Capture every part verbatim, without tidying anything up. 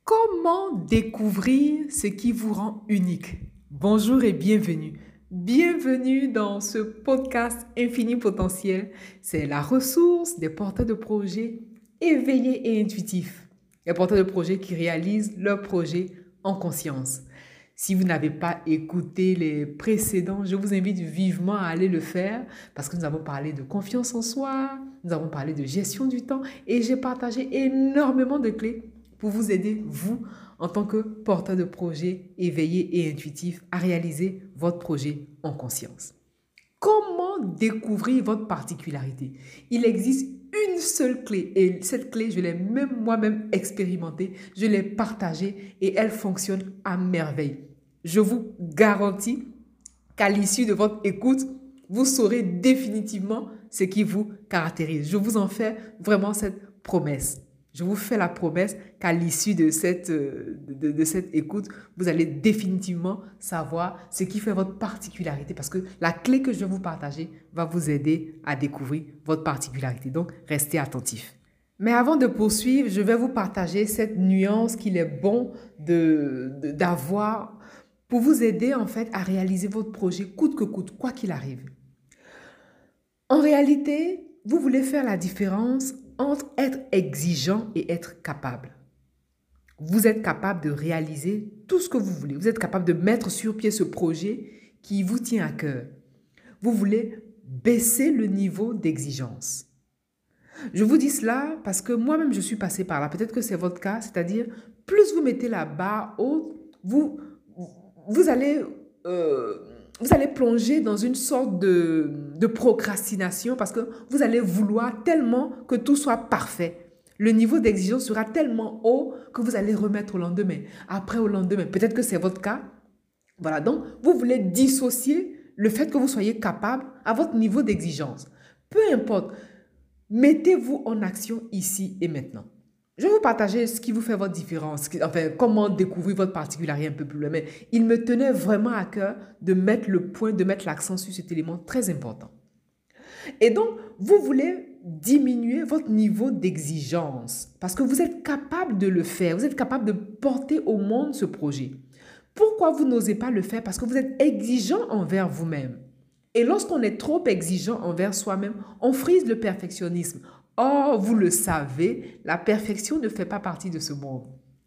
Comment découvrir ce qui vous rend unique? Bonjour et bienvenue. Bienvenue dans ce podcast Infini Potentiel. C'est la ressource des porteurs de projets éveillés et intuitifs. Les porteurs de projets qui réalisent leurs projets en conscience. Si vous n'avez pas écouté les précédents, je vous invite vivement à aller le faire parce que nous avons parlé de confiance en soi, nous avons parlé de gestion du temps et j'ai partagé énormément de clés pour vous aider, vous, en tant que porteur de projet éveillé et intuitif, à réaliser votre projet en conscience. Comment découvrir votre particularité? Il existe une seule clé et cette clé, je l'ai même moi-même expérimentée, je l'ai partagée et elle fonctionne à merveille. Je vous garantis qu'à l'issue de votre écoute, vous saurez définitivement ce qui vous caractérise. Je vous en fais vraiment cette promesse. Je vous fais la promesse qu'à l'issue de cette, de, de, de cette écoute, vous allez définitivement savoir ce qui fait votre particularité parce que la clé que je vais vous partager va vous aider à découvrir votre particularité. Donc, restez attentifs. Mais avant de poursuivre, je vais vous partager cette nuance qu'il est bon de, de, d'avoir pour vous aider en fait à réaliser votre projet coûte que coûte, quoi qu'il arrive. En réalité, vous voulez faire la différence entre être exigeant et être capable. Vous êtes capable de réaliser tout ce que vous voulez. Vous êtes capable de mettre sur pied ce projet qui vous tient à cœur. Vous voulez baisser le niveau d'exigence. Je vous dis cela parce que moi-même, je suis passée par là. Peut-être que c'est votre cas, c'est-à-dire plus vous mettez la barre haute, vous, vous allez... Euh, Vous allez plonger dans une sorte de, de procrastination parce que vous allez vouloir tellement que tout soit parfait. Le niveau d'exigence sera tellement haut que vous allez remettre au lendemain, après au lendemain. Peut-être que c'est votre cas. Voilà, donc vous voulez dissocier le fait que vous soyez capable à votre niveau d'exigence. Peu importe, mettez-vous en action ici et maintenant. Je vais vous partager ce qui vous fait votre différence, enfin, comment découvrir votre particularité un peu plus loin. Mais il me tenait vraiment à cœur de mettre le point, de mettre l'accent sur cet élément très important. Et donc, vous voulez diminuer votre niveau d'exigence parce que vous êtes capable de le faire, vous êtes capable de porter au monde ce projet. Pourquoi vous n'osez pas le faire? Parce que vous êtes exigeant envers vous-même. Et lorsqu'on est trop exigeant envers soi-même, on frise le perfectionnisme. Or, vous le savez, la perfection ne fait pas partie de ce monde.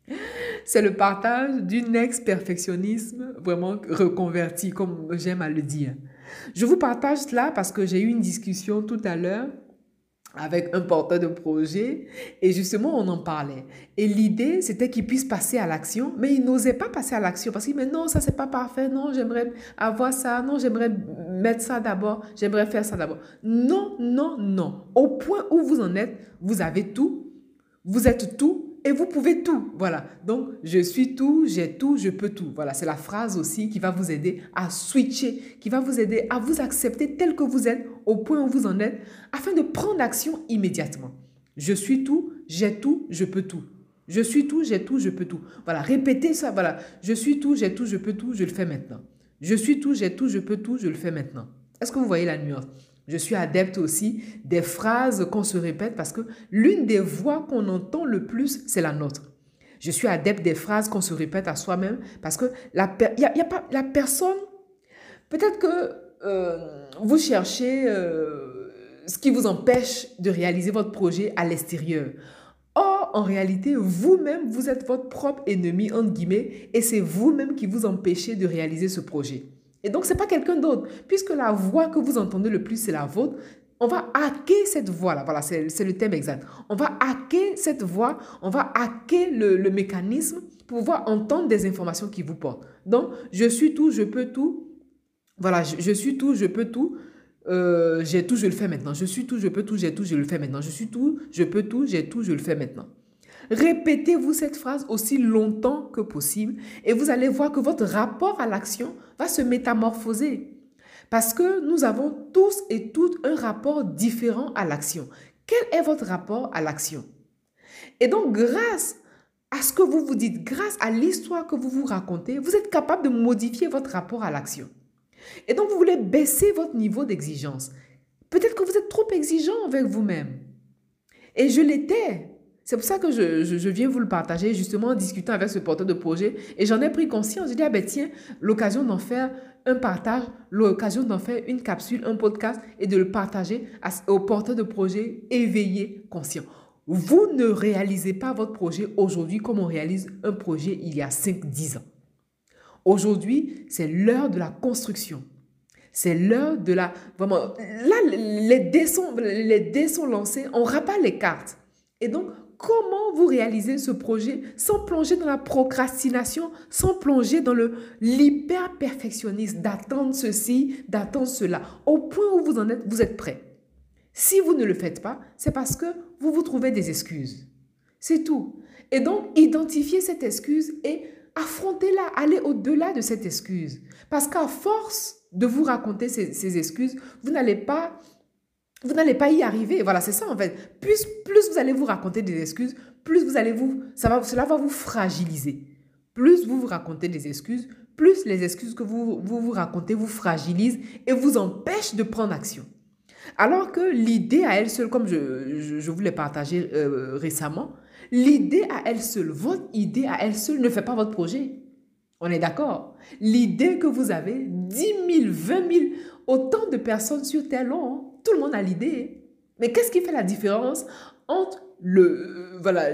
C'est le partage d'une ex-perfectionnisme vraiment reconverti, comme j'aime à le dire. Je vous partage cela parce que j'ai eu une discussion tout à l'heure avec un porteur de projet et justement on en parlait. Et l'idée, c'était qu'il puisse passer à l'action, mais il n'osait pas passer à l'action parce qu'il dit, mais non, ça c'est pas parfait, non, j'aimerais avoir ça, non, j'aimerais mettre ça d'abord, j'aimerais faire ça d'abord. Non, non, non. Au point où vous en êtes, vous avez tout, vous êtes tout et vous pouvez tout. Voilà. Donc, je suis tout, j'ai tout, je peux tout. Voilà, c'est la phrase aussi qui va vous aider à switcher, qui va vous aider à vous accepter tel que vous êtes, au point où vous en êtes, afin de prendre action immédiatement. Je suis tout, j'ai tout, je peux tout. Je suis tout, j'ai tout, je peux tout. Voilà, répétez ça. Voilà, je suis tout, j'ai tout, je peux tout, je le fais maintenant. Je suis tout, j'ai tout, je peux tout, je le fais maintenant. Est-ce que vous voyez la nuance? Je suis adepte aussi des phrases qu'on se répète parce que l'une des voix qu'on entend le plus, c'est la nôtre. Je suis adepte des phrases qu'on se répète à soi-même parce que la, y a, y a pas, la personne, peut-être que euh, vous cherchez euh, ce qui vous empêche de réaliser votre projet à l'extérieur. Or, en réalité, vous-même, vous êtes votre propre ennemi, entre guillemets, et c'est vous-même qui vous empêchez de réaliser ce projet. Et donc, ce n'est pas quelqu'un d'autre. Puisque la voix que vous entendez le plus, c'est la vôtre, on va hacker cette voix-là. Voilà, c'est, c'est le thème exact. On va hacker cette voix, on va hacker le, le mécanisme pour pouvoir entendre des informations qui vous portent. Donc, je suis tout, je peux tout. Voilà, je, je suis tout, je peux tout. Euh, j'ai tout, je le fais maintenant. Je suis tout, je peux tout, j'ai tout, je le fais maintenant. Je suis tout, je peux tout, j'ai tout, je le fais maintenant. Répétez-vous cette phrase aussi longtemps que possible et vous allez voir que votre rapport à l'action va se métamorphoser. Parce que nous avons tous et toutes un rapport différent à l'action. Quel est votre rapport à l'action? Et donc, grâce à ce que vous vous dites, grâce à l'histoire que vous vous racontez, vous êtes capable de modifier votre rapport à l'action. Et donc, vous voulez baisser votre niveau d'exigence. Peut-être que vous êtes trop exigeant avec vous-même. Et je l'étais. C'est pour ça que je, je, je viens vous le partager, justement en discutant avec ce porteur de projet. Et j'en ai pris conscience. J'ai dit, ah ben tiens, l'occasion d'en faire un partage, l'occasion d'en faire une capsule, un podcast et de le partager à, au porteur de projet éveillé, conscient. Vous ne réalisez pas votre projet aujourd'hui comme on réalise un projet il y a cinq dix ans. Aujourd'hui, c'est l'heure de la construction. C'est l'heure de la... Vraiment, là, les dés sont, les dés sont lancés, on rabat les cartes. Et donc, comment vous réalisez ce projet sans plonger dans la procrastination, sans plonger dans le l'hyper-perfectionnisme, d'attendre ceci, d'attendre cela. Au point où vous en êtes, vous êtes prêt. Si vous ne le faites pas, c'est parce que vous vous trouvez des excuses. C'est tout. Et donc, identifiez cette excuse et affrontez-la, allez au-delà de cette excuse. Parce qu'à force de vous raconter ces, ces excuses, vous n'allez pas... Vous n'allez pas y arriver. Voilà, c'est ça en fait. Plus, plus vous allez vous raconter des excuses, plus vous allez vous, ça va, cela va vous fragiliser. Plus vous vous racontez des excuses, plus les excuses que vous vous, vous racontez vous fragilisent et vous empêchent de prendre action. Alors que l'idée à elle seule, comme je, je, je vous l'ai partagé euh, récemment, l'idée à elle seule, votre idée à elle seule ne fait pas votre projet. On est d'accord? L'idée que vous avez, dix mille, vingt mille, autant de personnes sur Terre l'ont. Tout le monde a l'idée. Mais qu'est-ce qui fait la différence entre le, euh, voilà,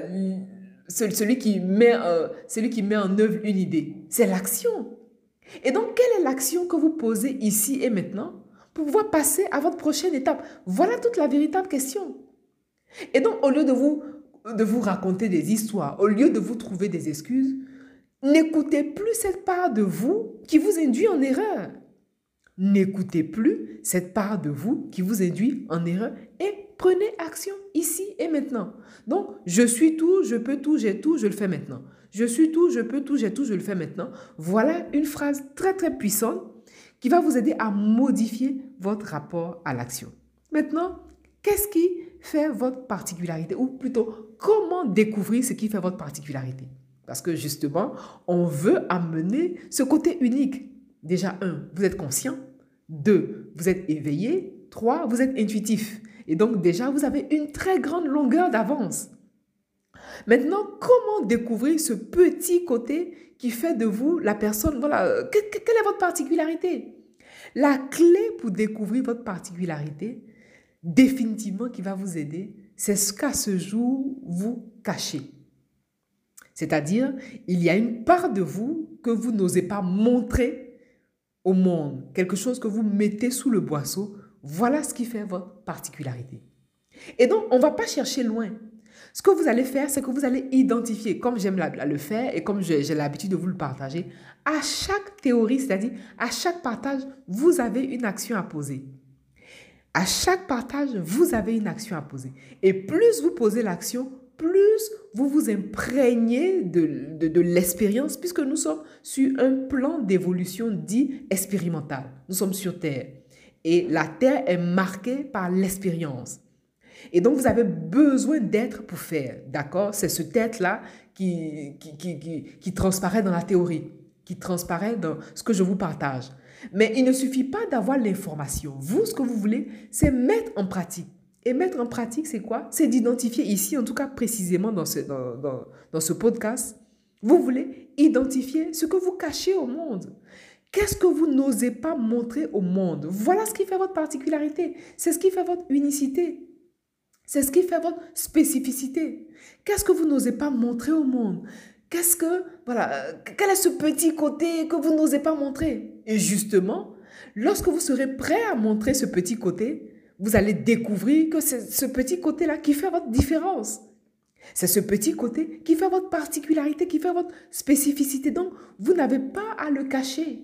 celui qui met, euh, celui qui met en œuvre une idée? C'est l'action. Et donc, quelle est l'action que vous posez ici et maintenant pour pouvoir passer à votre prochaine étape? Voilà toute la véritable question. Et donc, au lieu de vous, de vous raconter des histoires, au lieu de vous trouver des excuses, n'écoutez plus cette part de vous qui vous induit en erreur. N'écoutez plus cette part de vous qui vous induit en erreur et prenez action ici et maintenant. Donc, je suis tout, je peux tout, j'ai tout, je le fais maintenant. Je suis tout, je peux tout, j'ai tout, je le fais maintenant. Voilà une phrase très très puissante qui va vous aider à modifier votre rapport à l'action. Maintenant, qu'est-ce qui fait votre particularité? Ou plutôt, comment découvrir ce qui fait votre particularité? Parce que justement, on veut amener ce côté unique. Déjà, un, vous êtes conscient. Deux, vous êtes éveillé. Trois, vous êtes intuitif. Et donc, déjà, vous avez une très grande longueur d'avance. Maintenant, comment découvrir ce petit côté qui fait de vous la personne, voilà, quelle est votre particularité? La clé pour découvrir votre particularité, définitivement, qui va vous aider, c'est ce qu'à ce jour, vous cachez. C'est-à-dire, il y a une part de vous que vous n'osez pas montrer au monde, quelque chose que vous mettez sous le boisseau. Voilà ce qui fait votre particularité. Et donc, on ne va pas chercher loin. Ce que vous allez faire, c'est que vous allez identifier, comme j'aime le faire et comme j'ai l'habitude de vous le partager, à chaque théorie, c'est-à-dire à chaque partage, vous avez une action à poser. À chaque partage, vous avez une action à poser. Et plus vous posez l'action, plus vous vous imprégnez de, de, de l'expérience, puisque nous sommes sur un plan d'évolution dit expérimental. Nous sommes sur Terre. Et la Terre est marquée par l'expérience. Et donc, vous avez besoin d'être pour faire, d'accord? C'est ce être-là qui, qui, qui, qui, qui transparaît dans la théorie, qui transparaît dans ce que je vous partage. Mais il ne suffit pas d'avoir l'information. Vous, ce que vous voulez, c'est mettre en pratique. Et mettre en pratique, c'est quoi? C'est d'identifier ici, en tout cas précisément dans ce, dans, dans, dans ce podcast, vous voulez identifier ce que vous cachez au monde. Qu'est-ce que vous n'osez pas montrer au monde? Voilà ce qui fait votre particularité. C'est ce qui fait votre unicité. C'est ce qui fait votre spécificité. Qu'est-ce que vous n'osez pas montrer au monde? Qu'est-ce que, voilà, quel est ce petit côté que vous n'osez pas montrer? Et justement, lorsque vous serez prêt à montrer ce petit côté, vous allez découvrir que c'est ce petit côté-là qui fait votre différence. C'est ce petit côté qui fait votre particularité, qui fait votre spécificité. Donc, vous n'avez pas à le cacher.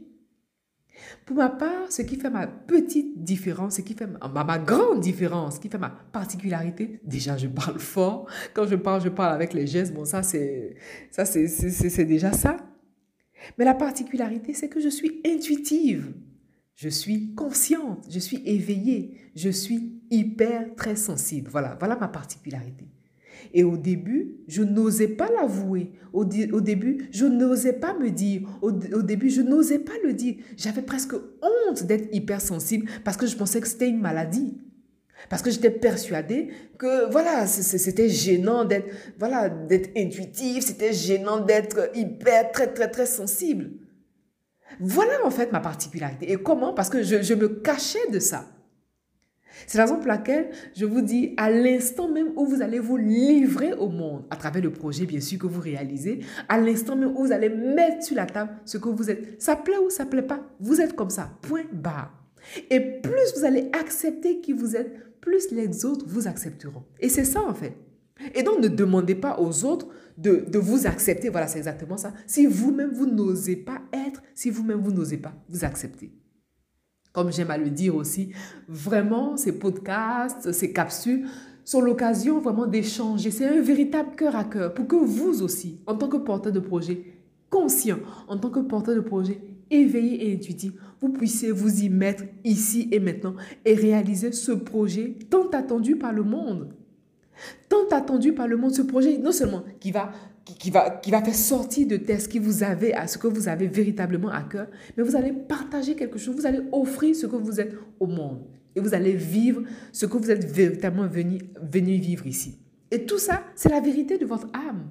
Pour ma part, ce qui fait ma petite différence, ce qui fait ma, ma grande différence, ce qui fait ma particularité, déjà, je parle fort. Quand je parle, je parle avec les gestes. Bon, ça, c'est ça, c'est, c'est, c'est déjà ça. Mais la particularité, c'est que je suis intuitive. Je suis consciente, je suis éveillée, je suis hyper très sensible. Voilà, voilà ma particularité. Et au début, je n'osais pas l'avouer. Au, au début, je n'osais pas me dire. Au, au début, je n'osais pas le dire. J'avais presque honte d'être hypersensible parce que je pensais que c'était une maladie. Parce que j'étais persuadée que voilà, c'était gênant d'être voilà, d'être intuitif, c'était gênant d'être hyper, très, très, très sensible. Voilà en fait ma particularité. Et comment? Parce que je, je me cachais de ça. C'est la raison pour laquelle je vous dis, à l'instant même où vous allez vous livrer au monde, à travers le projet bien sûr que vous réalisez, à l'instant même où vous allez mettre sur la table ce que vous êtes, ça plaît ou ça plaît pas, vous êtes comme ça, point barre. Et plus vous allez accepter qui vous êtes, plus les autres vous accepteront. Et c'est ça en fait. Et donc ne demandez pas aux autres de, de vous accepter, voilà c'est exactement ça. Si vous-même vous n'osez pas être, si vous-même vous n'osez pas vous accepter. Comme j'aime à le dire aussi, vraiment, ces podcasts, ces capsules sont l'occasion vraiment d'échanger. C'est un véritable cœur à cœur pour que vous aussi, en tant que porteur de projet conscient, en tant que porteur de projet éveillé et intuitif, vous puissiez vous y mettre ici et maintenant et réaliser ce projet tant attendu par le monde. Tant attendu par le monde, ce projet, non seulement qui va... Qui va, qui va faire sortir de terre ce, qui vous avez, ce que vous avez véritablement à cœur, mais vous allez partager quelque chose, vous allez offrir ce que vous êtes au monde et vous allez vivre ce que vous êtes véritablement venu, venu vivre ici. Et tout ça, c'est la vérité de votre âme.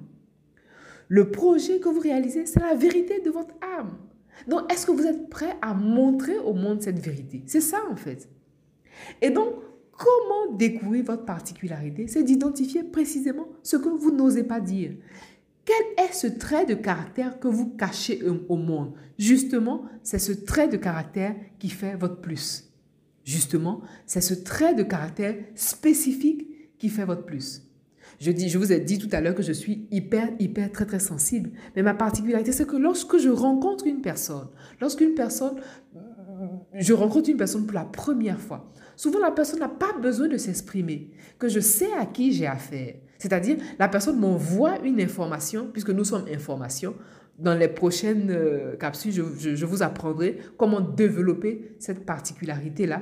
Le projet que vous réalisez, c'est la vérité de votre âme. Donc, est-ce que vous êtes prêt à montrer au monde cette vérité? C'est ça, en fait. Et donc, comment découvrir votre particularité? C'est d'identifier précisément ce que vous n'osez pas dire. Quel est ce trait de caractère que vous cachez au monde? Justement, c'est ce trait de caractère qui fait votre plus. Justement, c'est ce trait de caractère spécifique qui fait votre plus. Je, dis, je vous ai dit tout à l'heure que je suis hyper, hyper, très, très sensible. Mais ma particularité, c'est que lorsque je rencontre une personne, lorsqu'une personne, je rencontre une personne pour la première fois, souvent la personne n'a pas besoin de s'exprimer, que je sais à qui j'ai affaire. C'est-à-dire, la personne m'envoie une information, puisque nous sommes information. Dans les prochaines euh, capsules, je, je, je vous apprendrai comment développer cette particularité-là.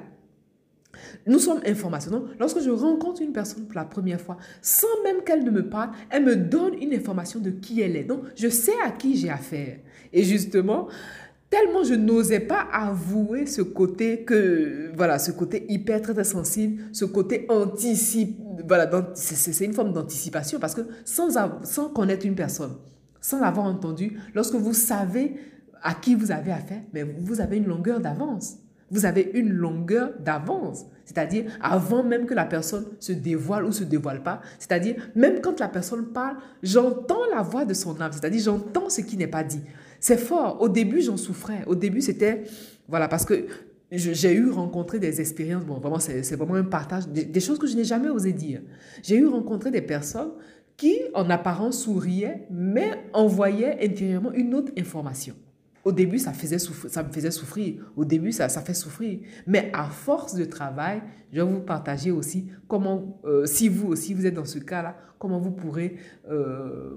Nous sommes information. Donc, lorsque je rencontre une personne pour la première fois, sans même qu'elle ne me parle, elle me donne une information de qui elle est. Donc, je sais à qui j'ai affaire. Et justement, tellement je n'osais pas avouer ce côté que, voilà, ce côté hyper très, très sensible, ce côté anticipe, voilà, c'est une forme d'anticipation parce que sans, sans connaître une personne, sans l'avoir entendu, lorsque vous savez à qui vous avez affaire, mais vous avez une longueur d'avance. Vous avez une longueur d'avance, c'est-à-dire avant même que la personne se dévoile ou se dévoile pas, c'est-à-dire même quand la personne parle, j'entends la voix de son âme, c'est-à-dire j'entends ce qui n'est pas dit. C'est fort. Au début, j'en souffrais. Au début, c'était, voilà, parce que j'ai eu rencontré des expériences, bon, vraiment, c'est vraiment un partage, des, des choses que je n'ai jamais osé dire. J'ai eu rencontré des personnes qui, en apparence, souriaient, mais envoyaient intérieurement une autre information. Au début, ça, faisait souffrir, ça me faisait souffrir. Au début, ça, ça fait souffrir. Mais à force de travail, je vais vous partager aussi comment, euh, si vous aussi, vous êtes dans ce cas-là, comment vous pourrez euh,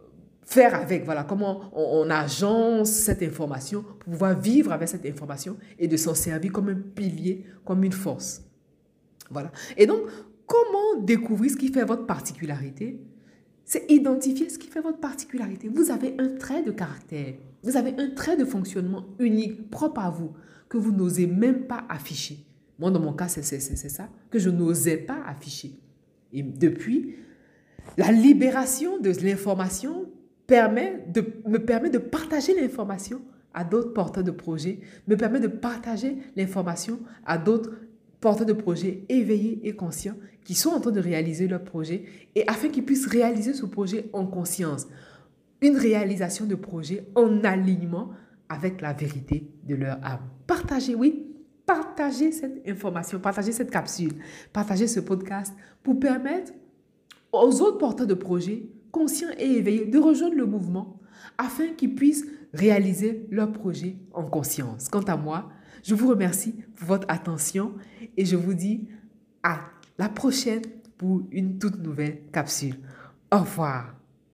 faire avec, voilà, comment on, on agence cette information pour pouvoir vivre avec cette information et de s'en servir comme un pilier, comme une force. Voilà. Et donc, comment découvrir ce qui fait votre particularité? C'est identifier ce qui fait votre particularité. Vous avez un trait de caractère. Vous avez un trait de fonctionnement unique, propre à vous, que vous n'osez même pas afficher. Moi, dans mon cas, c'est ça, que je n'osais pas afficher. Et depuis, la libération de l'information permet de, me permet de partager l'information à d'autres porteurs de projets, me permet de partager l'information à d'autres porteurs de projets éveillés et conscients qui sont en train de réaliser leur projet et afin qu'ils puissent réaliser ce projet en conscience. Une réalisation de projet en alignement avec la vérité de leur âme. Partagez, oui, partagez cette information, partagez cette capsule, partagez ce podcast pour permettre aux autres porteurs de projets conscients et éveillés de rejoindre le mouvement afin qu'ils puissent réaliser leur projet en conscience. Quant à moi, je vous remercie pour votre attention et je vous dis à la prochaine pour une toute nouvelle capsule. Au revoir.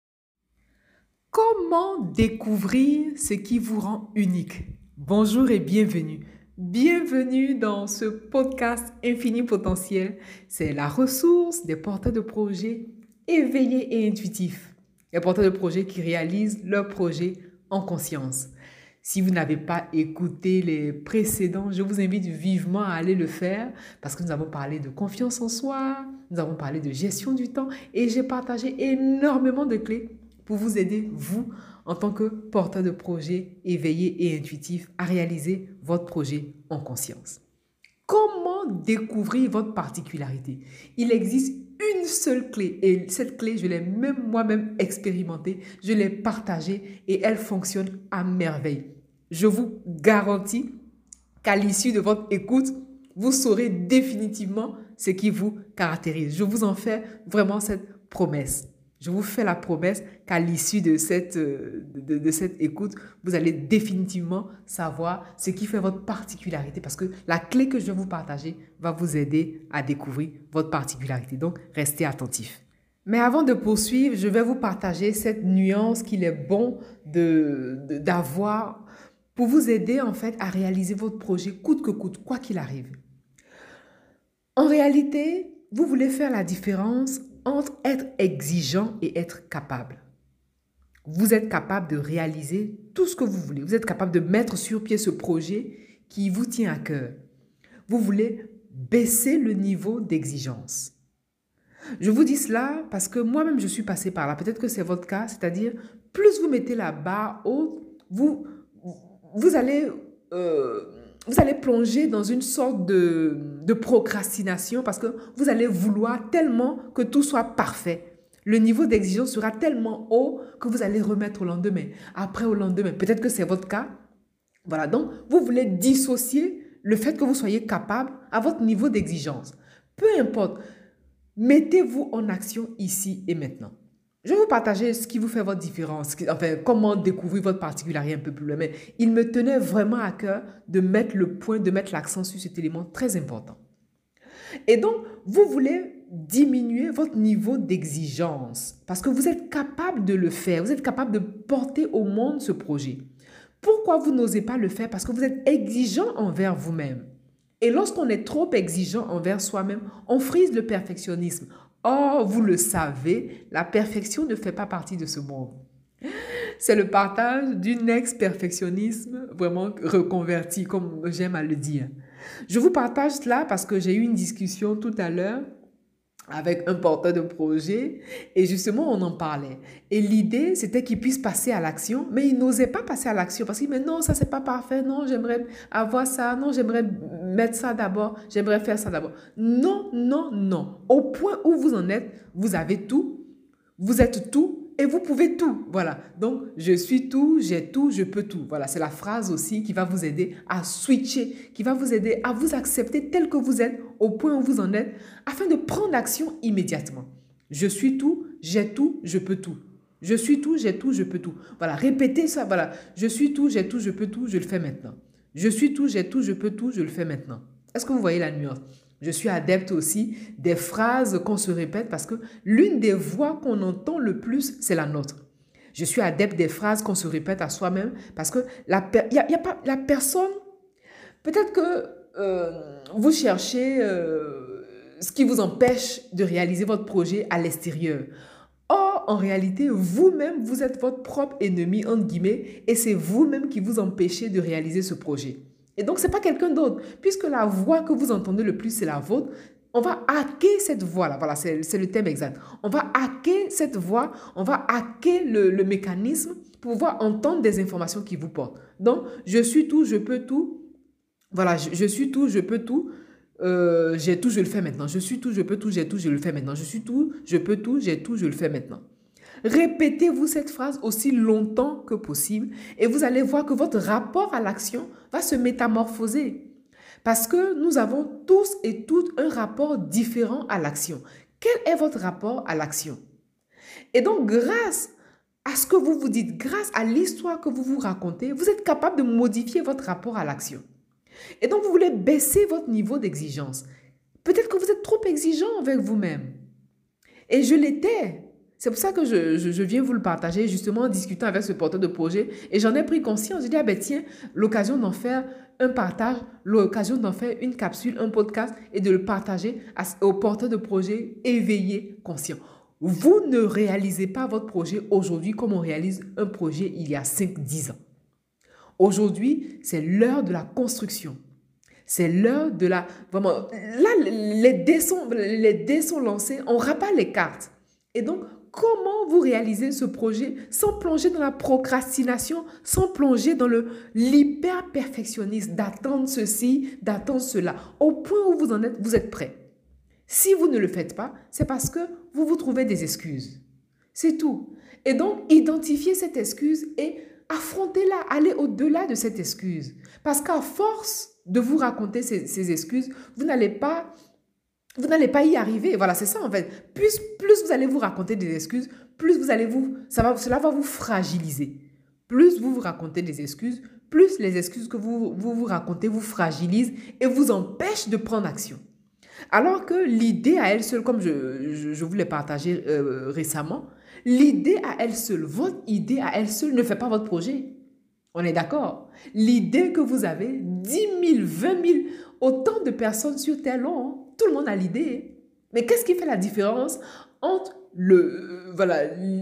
Comment découvrir ce qui vous rend unique? Bonjour et bienvenue. Bienvenue dans ce podcast Infini Potentiel. C'est la ressource des porteurs de projets éveillés et intuitifs. Les porteurs de projets qui réalisent leur projet en conscience. Si vous n'avez pas écouté les précédents, je vous invite vivement à aller le faire parce que nous avons parlé de confiance en soi, nous avons parlé de gestion du temps et j'ai partagé énormément de clés pour vous aider, vous, en tant que porteur de projet éveillé et intuitif, à réaliser votre projet en conscience. Comment découvrir votre particularité? Il existe une seule clé et cette clé, je l'ai même moi-même expérimentée, je l'ai partagée et elle fonctionne à merveille. Je vous garantis qu'à l'issue de votre écoute, vous saurez définitivement ce qui vous caractérise. Je vous en fais vraiment cette promesse. Je vous fais la promesse qu'à l'issue de cette, de, de, de cette écoute, vous allez définitivement savoir ce qui fait votre particularité parce que la clé que je vais vous partager va vous aider à découvrir votre particularité. Donc, restez attentifs. Mais avant de poursuivre, je vais vous partager cette nuance qu'il est bon de, de, d'avoir pour vous aider en fait à réaliser votre projet coûte que coûte, quoi qu'il arrive. En réalité, vous voulez faire la différence entre être exigeant et être capable. Vous êtes capable de réaliser tout ce que vous voulez. Vous êtes capable de mettre sur pied ce projet qui vous tient à cœur. Vous voulez baisser le niveau d'exigence. Je vous dis cela parce que moi-même, je suis passée par là. Peut-être que c'est votre cas, c'est-à-dire plus vous mettez la barre haute, vous, vous allez... Euh, Vous allez plonger dans une sorte de, de procrastination parce que vous allez vouloir tellement que tout soit parfait. Le niveau d'exigence sera tellement haut que vous allez remettre au lendemain, après au lendemain. Peut-être que c'est votre cas. Voilà, donc vous voulez dissocier le fait que vous soyez capable à votre niveau d'exigence. Peu importe, mettez-vous en action ici et maintenant. Je vais vous partager ce qui vous fait votre différence, enfin, comment découvrir votre particularité un peu plus loin. Mais il me tenait vraiment à cœur de mettre le point, de mettre l'accent sur cet élément très important. Et donc, vous voulez diminuer votre niveau d'exigence parce que vous êtes capable de le faire, vous êtes capable de porter au monde ce projet. Pourquoi vous n'osez pas le faire? Parce que vous êtes exigeant envers vous-même. Et lorsqu'on est trop exigeant envers soi-même, on frise le perfectionnisme. Or, vous le savez, la perfection ne fait pas partie de ce monde. C'est le partage d'une ex-perfectionnisme vraiment reconverti, comme j'aime à le dire. Je vous partage cela parce que j'ai eu une discussion tout à l'heure avec un porteur de projet et justement, on en parlait. Et l'idée, c'était qu'il puisse passer à l'action, mais il n'osait pas passer à l'action parce qu'il dit, mais non, ça, c'est pas parfait, non, j'aimerais avoir ça, non, j'aimerais mettre ça d'abord, j'aimerais faire ça d'abord. Non, non, non. Au point où vous en êtes, vous avez tout, vous êtes tout et vous pouvez tout. Voilà. Donc, je suis tout, j'ai tout, je peux tout. Voilà, c'est la phrase aussi qui va vous aider à switcher, qui va vous aider à vous accepter tel que vous êtes, au point où vous en êtes, afin de prendre l'action immédiatement. Je suis tout, j'ai tout, je peux tout. Je suis tout, j'ai tout, je peux tout. Voilà, répétez ça. Voilà, je suis tout, j'ai tout, je peux tout, je le fais maintenant. Je suis tout, j'ai tout, je peux tout, je le fais maintenant. Est-ce que vous voyez la nuance? Je suis adepte aussi des phrases qu'on se répète parce que l'une des voix qu'on entend le plus, c'est la nôtre. Je suis adepte des phrases qu'on se répète à soi-même parce que la, y a, y a pas, la personne, peut-être que euh, vous cherchez euh, ce qui vous empêche de réaliser votre projet à l'extérieur. Or, en réalité, vous-même, vous êtes votre propre ennemi, entre guillemets, et c'est vous-même qui vous empêchez de réaliser ce projet. Et donc, ce n'est pas quelqu'un d'autre. Puisque la voix que vous entendez le plus, c'est la vôtre, on va hacker cette voix-là. Voilà, c'est, c'est le thème exact. On va hacker cette voix, on va hacker le, le mécanisme pour pouvoir entendre des informations qui vous portent. Donc, je suis tout, je peux tout. Voilà, je, je suis tout, je peux tout. Euh, j'ai tout, je le fais maintenant. Je suis tout, je peux tout, j'ai tout, je le fais maintenant. Je suis tout, je peux tout, j'ai tout, je le fais maintenant. Répétez-vous cette phrase aussi longtemps que possible et vous allez voir que votre rapport à l'action va se métamorphoser. Parce que nous avons tous et toutes un rapport différent à l'action. Quel est votre rapport à l'action? Et donc, grâce à ce que vous vous dites, grâce à l'histoire que vous vous racontez, vous êtes capable de modifier votre rapport à l'action. Et donc, vous voulez baisser votre niveau d'exigence. Peut-être que vous êtes trop exigeant avec vous-même. Et je l'étais. C'est pour ça que je, je, je viens vous le partager justement en discutant avec ce porteur de projet. Et j'en ai pris conscience. J'ai dit, ah ben tiens, l'occasion d'en faire un partage, l'occasion d'en faire une capsule, un podcast et de le partager à, au porteur de projet éveillé, conscient. Vous ne réalisez pas votre projet aujourd'hui comme on réalise un projet il y a cinq dix ans. Aujourd'hui, c'est l'heure de la construction. C'est l'heure de la... Vraiment, là, les dés sont, les dés sont lancés, on rabat les cartes. Et donc, comment vous réalisez ce projet sans plonger dans la procrastination, sans plonger dans le l'hyper-perfectionnisme, d'attendre ceci, d'attendre cela. Au point où vous en êtes, vous êtes prêt. Si vous ne le faites pas, c'est parce que vous vous trouvez des excuses. C'est tout. Et donc, identifiez cette excuse et affrontez-la, allez au-delà de cette excuse. Parce qu'à force de vous raconter ces, ces excuses, vous n'allez pas, vous n'allez pas y arriver. Voilà, c'est ça en fait. Plus, plus vous allez vous raconter des excuses, plus vous allez vous, ça va, cela va vous fragiliser. Plus vous vous racontez des excuses, plus les excuses que vous vous, vous racontez vous fragilisent et vous empêchent de prendre action. Alors que l'idée à elle seule, comme je, je, je vous l'ai partagé euh, récemment, l'idée à elle seule, votre idée à elle seule ne fait pas votre projet. On est d'accord? L'idée que vous avez, dix mille, vingt mille, autant de personnes sur Terre l'ont. Tout le monde a l'idée. Mais qu'est-ce qui fait la différence entre le, euh, voilà,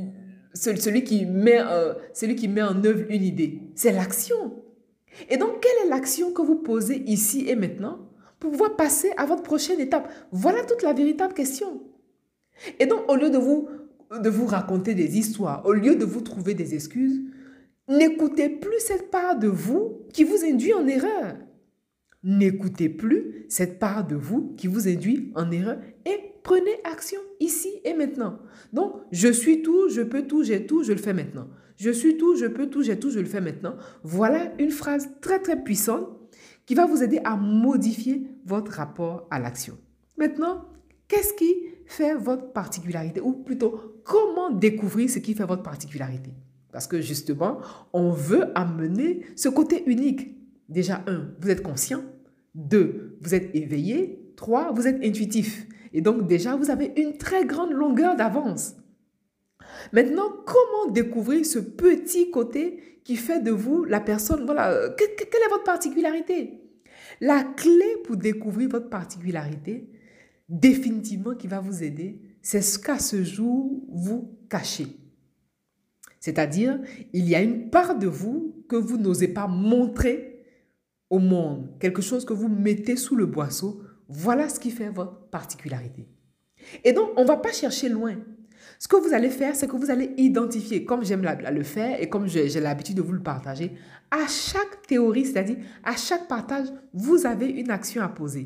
celui qui met, euh, celui qui met en œuvre une idée? C'est l'action. Et donc, quelle est l'action que vous posez ici et maintenant pour pouvoir passer à votre prochaine étape? Voilà toute la véritable question. Et donc, au lieu de vous, de vous raconter des histoires, au lieu de vous trouver des excuses, n'écoutez plus cette part de vous qui vous induit en erreur. N'écoutez plus cette part de vous qui vous induit en erreur et prenez action ici et maintenant. Donc, je suis tout, je peux tout, j'ai tout, je le fais maintenant. Je suis tout, je peux tout, j'ai tout, je le fais maintenant. Voilà une phrase très très puissante qui va vous aider à modifier votre rapport à l'action. Maintenant, qu'est-ce qui fait votre particularité? Ou plutôt, comment découvrir ce qui fait votre particularité? Parce que justement, on veut amener ce côté unique. Déjà, un, vous êtes conscient. Deux, vous êtes éveillé. Trois, vous êtes intuitif. Et donc déjà, vous avez une très grande longueur d'avance. Maintenant, comment découvrir ce petit côté qui fait de vous la personne, voilà, quelle est votre particularité? La clé pour découvrir votre particularité, définitivement qui va vous aider, c'est ce qu'à ce jour, vous cachez. C'est-à-dire, il y a une part de vous que vous n'osez pas montrer au monde, quelque chose que vous mettez sous le boisseau. Voilà ce qui fait votre particularité. Et donc, on ne va pas chercher loin. Ce que vous allez faire, c'est que vous allez identifier, comme j'aime le faire et comme j'ai l'habitude de vous le partager, à chaque théorie, c'est-à-dire à chaque partage, vous avez une action à poser.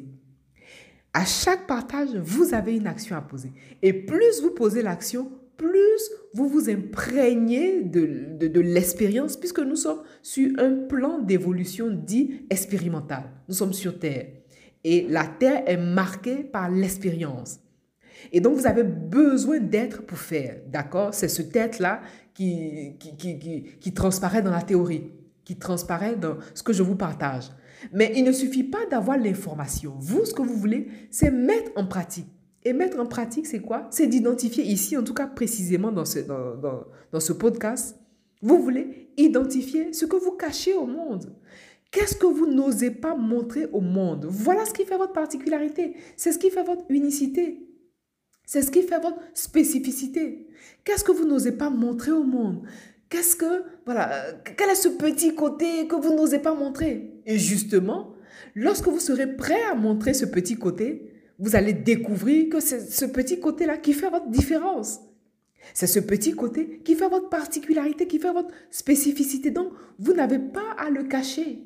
À chaque partage, vous avez une action à poser. Et plus vous posez l'action, plus vous vous imprégnez de, de, de l'expérience, puisque nous sommes sur un plan d'évolution dit expérimental. Nous sommes sur Terre. Et la Terre est marquée par l'expérience. Et donc, vous avez besoin d'être pour faire, d'accord? C'est ce être-là qui, qui, qui, qui, qui transparaît dans la théorie, qui transparaît dans ce que je vous partage. Mais il ne suffit pas d'avoir l'information. Vous, ce que vous voulez, c'est mettre en pratique. Et mettre en pratique, c'est quoi? C'est d'identifier ici, en tout cas précisément dans ce, dans, dans, dans ce podcast, vous voulez identifier ce que vous cachez au monde. Qu'est-ce que vous n'osez pas montrer au monde? Voilà ce qui fait votre particularité. C'est ce qui fait votre unicité. C'est ce qui fait votre spécificité. Qu'est-ce que vous n'osez pas montrer au monde? Qu'est-ce que, voilà, quel est ce petit côté que vous n'osez pas montrer? Et justement, lorsque vous serez prêt à montrer ce petit côté, vous allez découvrir que c'est ce petit côté-là qui fait votre différence. C'est ce petit côté qui fait votre particularité, qui fait votre spécificité. Donc, vous n'avez pas à le cacher.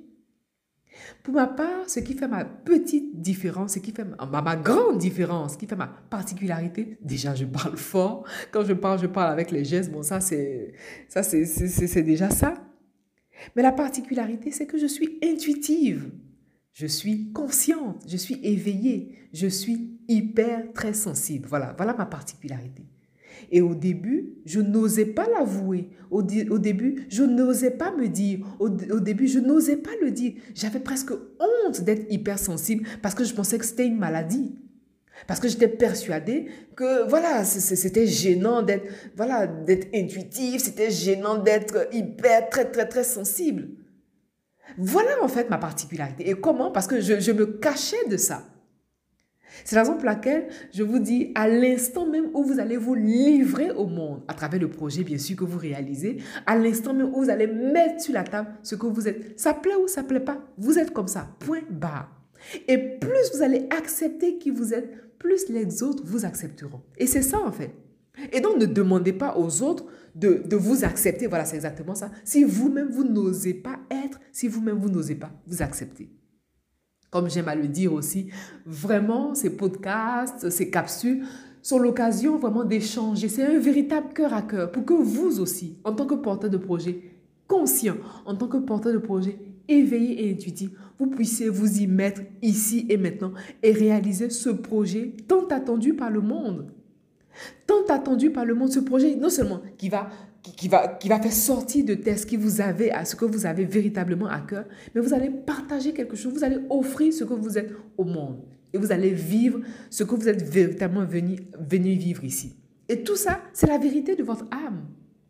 Pour ma part, ce qui fait ma petite différence, ce qui fait ma, ma grande différence, ce qui fait ma particularité, déjà je parle fort. Quand je parle, je parle avec les gestes. Bon, ça c'est ça c'est c'est déjà ça. Mais la particularité, c'est que je suis intuitive. Je suis consciente, je suis éveillée, je suis hyper très sensible. Voilà, voilà ma particularité. Et au début, je n'osais pas l'avouer. Au, au début, je n'osais pas me dire. Au, au début, je n'osais pas le dire. J'avais presque honte d'être hypersensible parce que je pensais que c'était une maladie. Parce que j'étais persuadée que voilà, c'était gênant d'être voilà, d'être intuitif, c'était gênant d'être hyper, très, très, très sensible. Voilà en fait ma particularité. Et comment? Parce que je, je me cachais de ça. C'est la raison pour laquelle je vous dis, à l'instant même où vous allez vous livrer au monde, à travers le projet bien sûr que vous réalisez, à l'instant même où vous allez mettre sur la table ce que vous êtes, ça plaît ou ça plaît pas, vous êtes comme ça, point barre. Et plus vous allez accepter qui vous êtes, plus les autres vous accepteront. Et c'est ça en fait. Et donc ne demandez pas aux autres de, de vous accepter, voilà c'est exactement ça. Si vous-même vous n'osez pas être, si vous-même vous n'osez pas vous accepter. Comme j'aime à le dire aussi, vraiment, ces podcasts, ces capsules sont l'occasion vraiment d'échanger. C'est un véritable cœur à cœur pour que vous aussi, en tant que porteur de projet conscient, en tant que porteur de projet éveillé et intuitif, vous puissiez vous y mettre ici et maintenant et réaliser ce projet tant attendu par le monde. Tant attendu par le monde, ce projet, non seulement qui va, qui, qui va, qui va faire sortir de terre ce, qui vous avez, ce que vous avez véritablement à cœur, mais vous allez partager quelque chose, vous allez offrir ce que vous êtes au monde et vous allez vivre ce que vous êtes véritablement venu, venu vivre ici. Et tout ça, c'est la vérité de votre âme.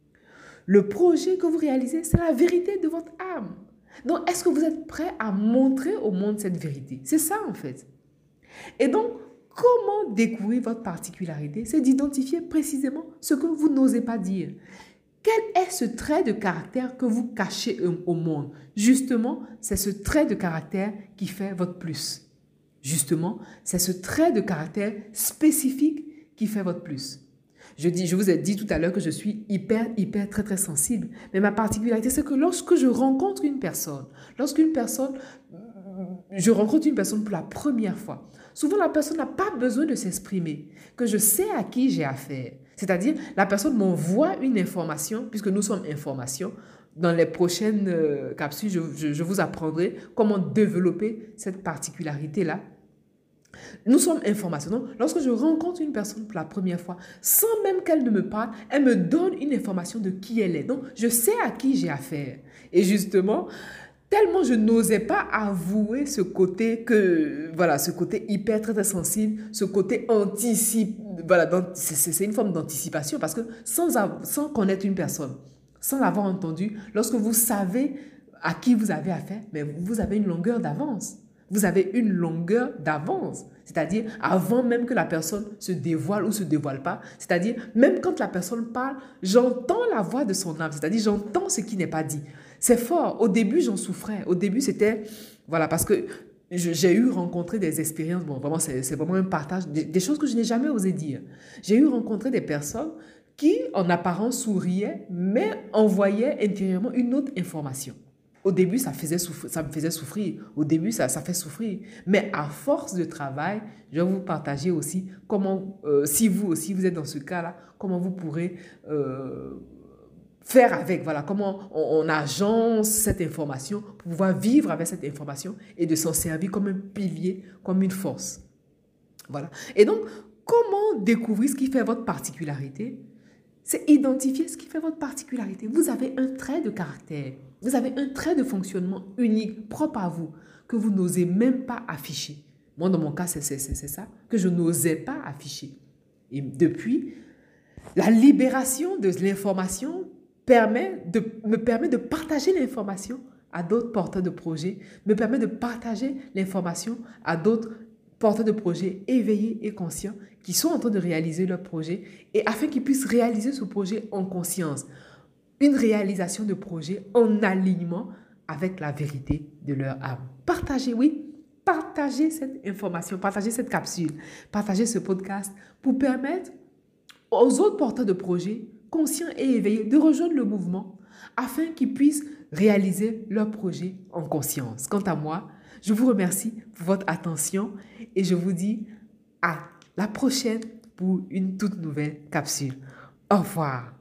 Le projet que vous réalisez, c'est la vérité de votre âme. Donc, est-ce que vous êtes prêt à montrer au monde cette vérité? C'est ça en fait. Et donc, comment découvrir votre particularité? C'est d'identifier précisément ce que vous n'osez pas dire. Quel est ce trait de caractère que vous cachez au monde? Justement, c'est ce trait de caractère qui fait votre plus. Justement, c'est ce trait de caractère spécifique qui fait votre plus. Je, dis, je vous ai dit tout à l'heure que je suis hyper, hyper, très, très sensible. Mais ma particularité, c'est que lorsque je rencontre une personne, lorsqu'une personne, je rencontre une personne pour la première fois, souvent la personne n'a pas besoin de s'exprimer, que je sais à qui j'ai affaire. C'est-à-dire, la personne m'envoie une information, puisque nous sommes information. Dans les prochaines euh, capsules, je, je, je vous apprendrai comment développer cette particularité-là. Nous sommes information. Donc, lorsque je rencontre une personne pour la première fois, sans même qu'elle ne me parle, elle me donne une information de qui elle est. Donc, je sais à qui j'ai affaire. Et justement, tellement je n'osais pas avouer ce côté que, voilà, ce côté hyper très, très sensible, ce côté anticipe, voilà, c'est une forme d'anticipation parce que sans, sans connaître une personne, sans l'avoir entendue, lorsque vous savez à qui vous avez affaire, mais vous avez une longueur d'avance. Vous avez une longueur d'avance, c'est-à-dire avant même que la personne se dévoile ou ne se dévoile pas, c'est-à-dire même quand la personne parle, j'entends la voix de son âme, c'est-à-dire j'entends ce qui n'est pas dit. C'est fort. Au début, j'en souffrais. Au début, c'était, voilà, parce que j'ai eu rencontré des expériences, bon, vraiment, c'est vraiment un partage, des, des choses que je n'ai jamais osé dire. J'ai eu rencontré des personnes qui, en apparence, souriaient, mais envoyaient intérieurement une autre information. Au début, ça, faisait souffrir, ça me faisait souffrir. Au début, ça, ça fait souffrir. Mais à force de travail, je vais vous partager aussi comment, euh, si vous aussi, vous êtes dans ce cas-là, comment vous pourrez euh, faire avec, voilà, comment on, on agence cette information pour pouvoir vivre avec cette information et de s'en servir comme un pilier, comme une force. Voilà. Et donc, comment découvrir ce qui fait votre particularité? C'est identifier ce qui fait votre particularité. Vous avez un trait de caractère. Vous avez un trait de fonctionnement unique, propre à vous, que vous n'osez même pas afficher. Moi, dans mon cas, c'est ça, que je n'osais pas afficher. Et depuis, la libération de l'information permet de, me permet de partager l'information à d'autres porteurs de projets, me permet de partager l'information à d'autres porteurs de projets éveillés et conscients qui sont en train de réaliser leur projet et afin qu'ils puissent réaliser ce projet en conscience. Une réalisation de projet en alignement avec la vérité de leur âme. Partagez, oui, partagez cette information, partagez cette capsule, partagez ce podcast pour permettre aux autres porteurs de projets conscients et éveillés de rejoindre le mouvement afin qu'ils puissent réaliser leur projet en conscience. Quant à moi, je vous remercie pour votre attention et je vous dis à la prochaine pour une toute nouvelle capsule. Au revoir.